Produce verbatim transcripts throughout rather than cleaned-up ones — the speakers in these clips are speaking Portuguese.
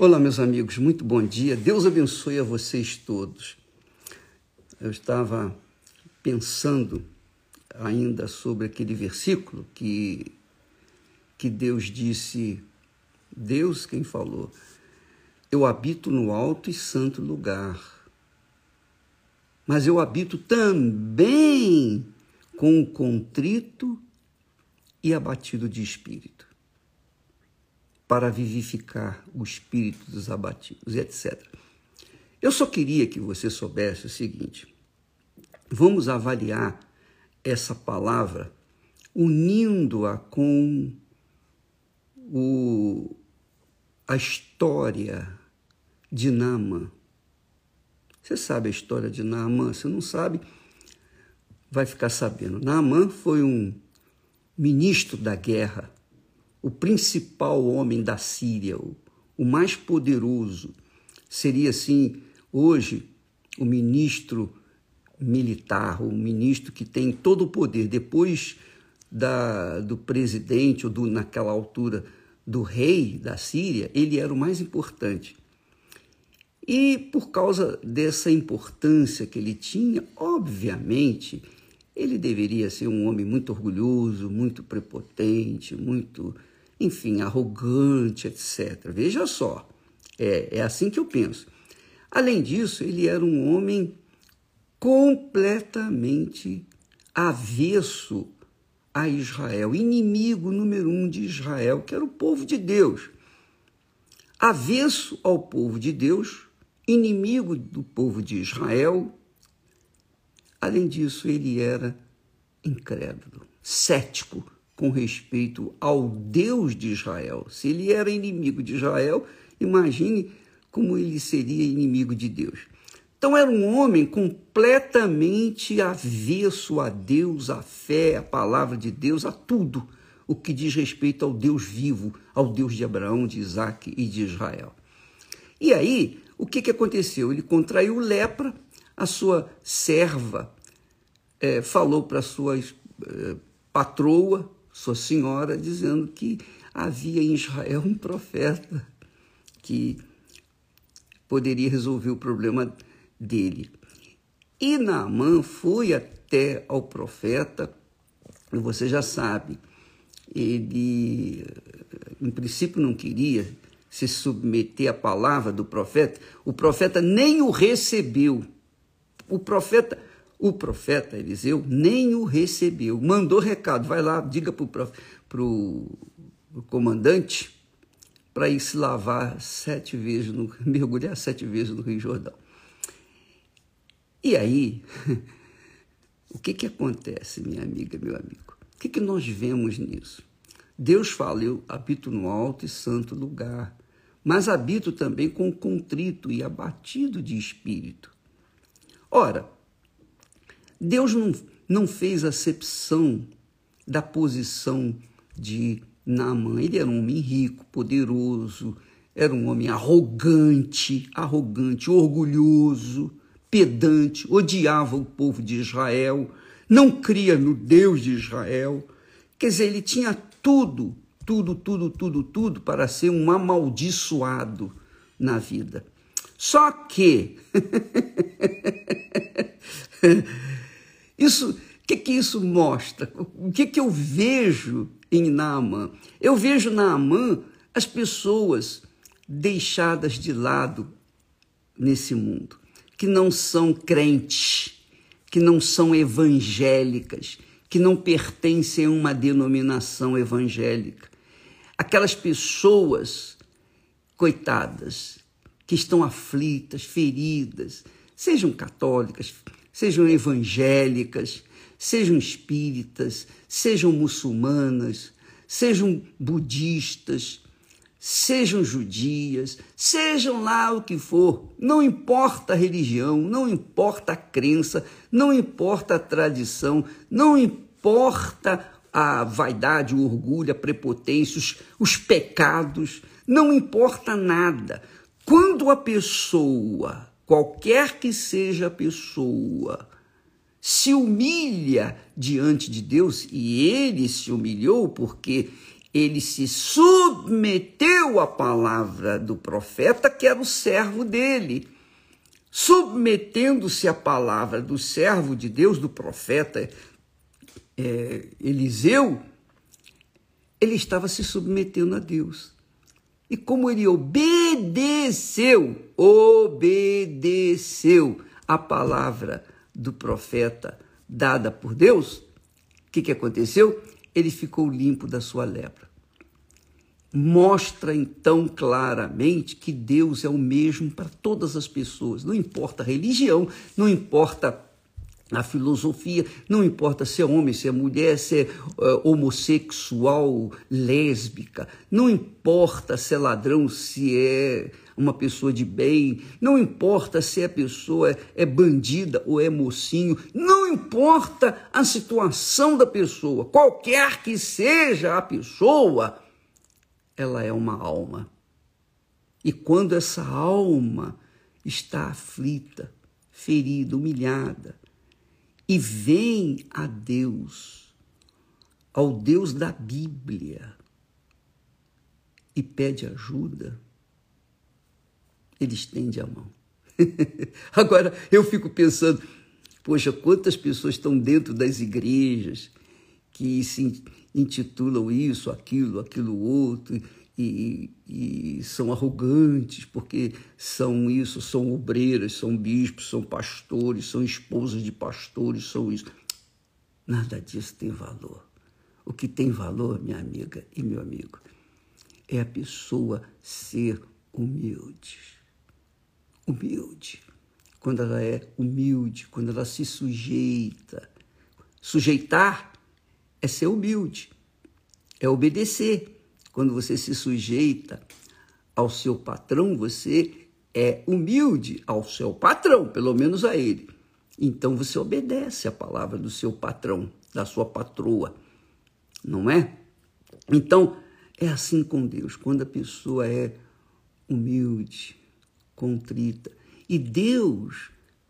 Olá, meus amigos, muito bom dia. Deus abençoe a vocês todos. Eu estava pensando ainda sobre aquele versículo que, que Deus disse, Deus quem falou, eu habito no alto e santo lugar, mas eu habito também com o contrito e abatido de espírito, para vivificar o espírito dos abatidos, etcétera. Eu só queria que você soubesse o seguinte, vamos avaliar essa palavra unindo-a com o, a história de Naamã. Você sabe a história de Naamã? Se não sabe, vai ficar sabendo. Naamã foi um ministro da guerra, o principal homem da Síria, o, o mais poderoso, seria assim, hoje, o ministro militar, o ministro que tem todo o poder, depois da, do presidente, ou do, naquela altura, do rei da Síria, ele era o mais importante. E por causa dessa importância que ele tinha, obviamente, ele deveria ser um homem muito orgulhoso, muito prepotente, muito... enfim, arrogante, etcétera. Veja só, é, é assim que eu penso. Além disso, ele era um homem completamente avesso a Israel, inimigo número um de Israel, que era o povo de Deus. Avesso ao povo de Deus, inimigo do povo de Israel. Além disso, ele era incrédulo, cético, com respeito ao Deus de Israel. Se ele era inimigo de Israel, imagine como ele seria inimigo de Deus. Então era um homem completamente avesso a Deus, à fé, à palavra de Deus, a tudo o que diz respeito ao Deus vivo, ao Deus de Abraão, de Isaac e de Israel. E aí, o que, que aconteceu? Ele contraiu lepra, a sua serva é, falou para a sua é, patroa, sua senhora, dizendo que havia em Israel um profeta que poderia resolver o problema dele. E Naamã foi até ao profeta, e você já sabe, ele, em princípio, não queria se submeter à palavra do profeta, o profeta nem o recebeu. O profeta... O profeta Eliseu nem o recebeu, mandou recado, vai lá, diga para o comandante para ir se lavar sete vezes, no, mergulhar sete vezes no Rio Jordão. E aí, o que, que acontece, minha amiga, meu amigo? O que, que nós vemos nisso? Deus fala, eu habito no alto e santo lugar, mas habito também com contrito e abatido de espírito. Ora, Deus não, não fez acepção da posição de Naamã. Ele era um homem rico, poderoso, era um homem arrogante, arrogante, orgulhoso, pedante, odiava o povo de Israel, não cria no Deus de Israel. Quer dizer, ele tinha tudo, tudo, tudo, tudo, tudo para ser um amaldiçoado na vida. Só que... Isso, o que, que isso mostra? O que, que eu vejo em Naamã? Eu vejo Naamã as pessoas deixadas de lado nesse mundo, que não são crentes, que não são evangélicas, que não pertencem a uma denominação evangélica. Aquelas pessoas, coitadas, que estão aflitas, feridas, sejam católicas, sejam evangélicas, sejam espíritas, sejam muçulmanas, sejam budistas, sejam judias, sejam lá o que for, não importa a religião, não importa a crença, não importa a tradição, não importa a vaidade, o orgulho, a prepotência, os, os pecados, não importa nada. Quando a pessoa... qualquer que seja a pessoa, se humilha diante de Deus, e ele se humilhou porque ele se submeteu à palavra do profeta, que era o servo dele. Submetendo-se à palavra do servo de Deus, do profeta é, Eliseu, ele estava se submetendo a Deus. E como ele obedeceu, obedeceu a palavra do profeta dada por Deus, o que, que aconteceu? Ele ficou limpo da sua lepra. Mostra então claramente que Deus é o mesmo para todas as pessoas. Não importa a religião, não importa a filosofia, não importa se é homem, se é mulher, se é uh, homossexual, lésbica, não importa se é ladrão, se é uma pessoa de bem, não importa se a pessoa é, é bandida ou é mocinho, não importa a situação da pessoa, qualquer que seja a pessoa, ela é uma alma. E quando essa alma está aflita, ferida, humilhada, e vem a Deus, ao Deus da Bíblia, e pede ajuda, ele estende a mão. Agora, eu fico pensando, poxa, quantas pessoas estão dentro das igrejas que se intitulam isso, aquilo, aquilo outro, e, e são arrogantes porque são isso, são obreiras, são bispos, são pastores, são esposas de pastores, são isso. Nada disso tem valor. O que tem valor, minha amiga e meu amigo, é a pessoa ser humilde. Humilde. Quando ela é humilde, quando ela se sujeita. Sujeitar é ser humilde, é obedecer. Quando você se sujeita ao seu patrão, você é humilde ao seu patrão, pelo menos a ele. Então você obedece a palavra do seu patrão, da sua patroa, não é? Então, é assim com Deus, quando a pessoa é humilde, contrita. E Deus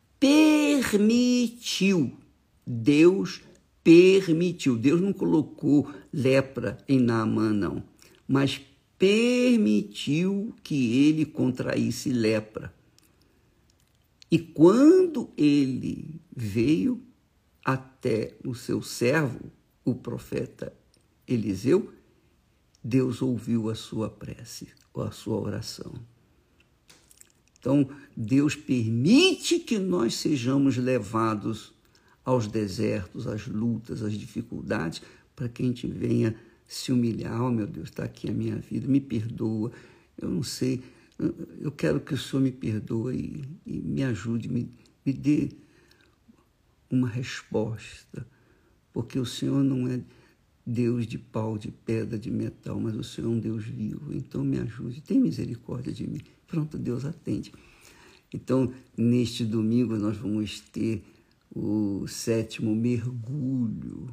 permitiu, Deus permitiu, Deus não colocou lepra em Naamã, não, mas permitiu que ele contraísse lepra. E quando ele veio até o seu servo, o profeta Eliseu, Deus ouviu a sua prece, a sua oração. Então, Deus permite que nós sejamos levados aos desertos, às lutas, às dificuldades, para que a gente venha se humilhar. Oh, meu Deus, está aqui a minha vida, me perdoa. Eu não sei, eu quero que o Senhor me perdoe e, e me ajude, me, me dê uma resposta, porque o Senhor não é Deus de pau, de pedra, de metal, mas o Senhor é um Deus vivo, então me ajude, tem misericórdia de mim. Pronto, Deus atende. Então, neste domingo, nós vamos ter o sétimo mergulho,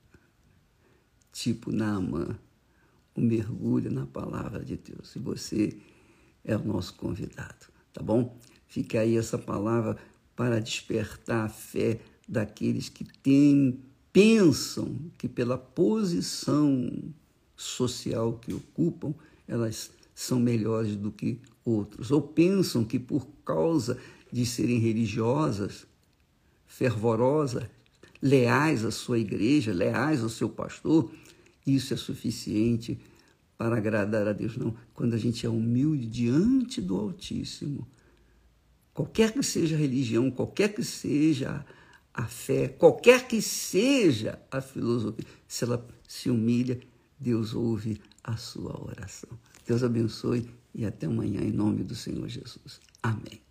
tipo Naamã, o mergulho na palavra de Deus. E você é o nosso convidado, tá bom? Fica aí essa palavra para despertar a fé daqueles que têm, pensam que pela posição social que ocupam, elas são melhores do que outros, ou pensam que por causa de serem religiosas, fervorosas, leais à sua igreja, leais ao seu pastor, isso é suficiente para agradar a Deus. Não, quando a gente é humilde diante do Altíssimo, qualquer que seja a religião, qualquer que seja a fé, qualquer que seja a filosofia, se ela se humilha, Deus ouve a sua oração. Deus abençoe e até amanhã, em nome do Senhor Jesus. Amém.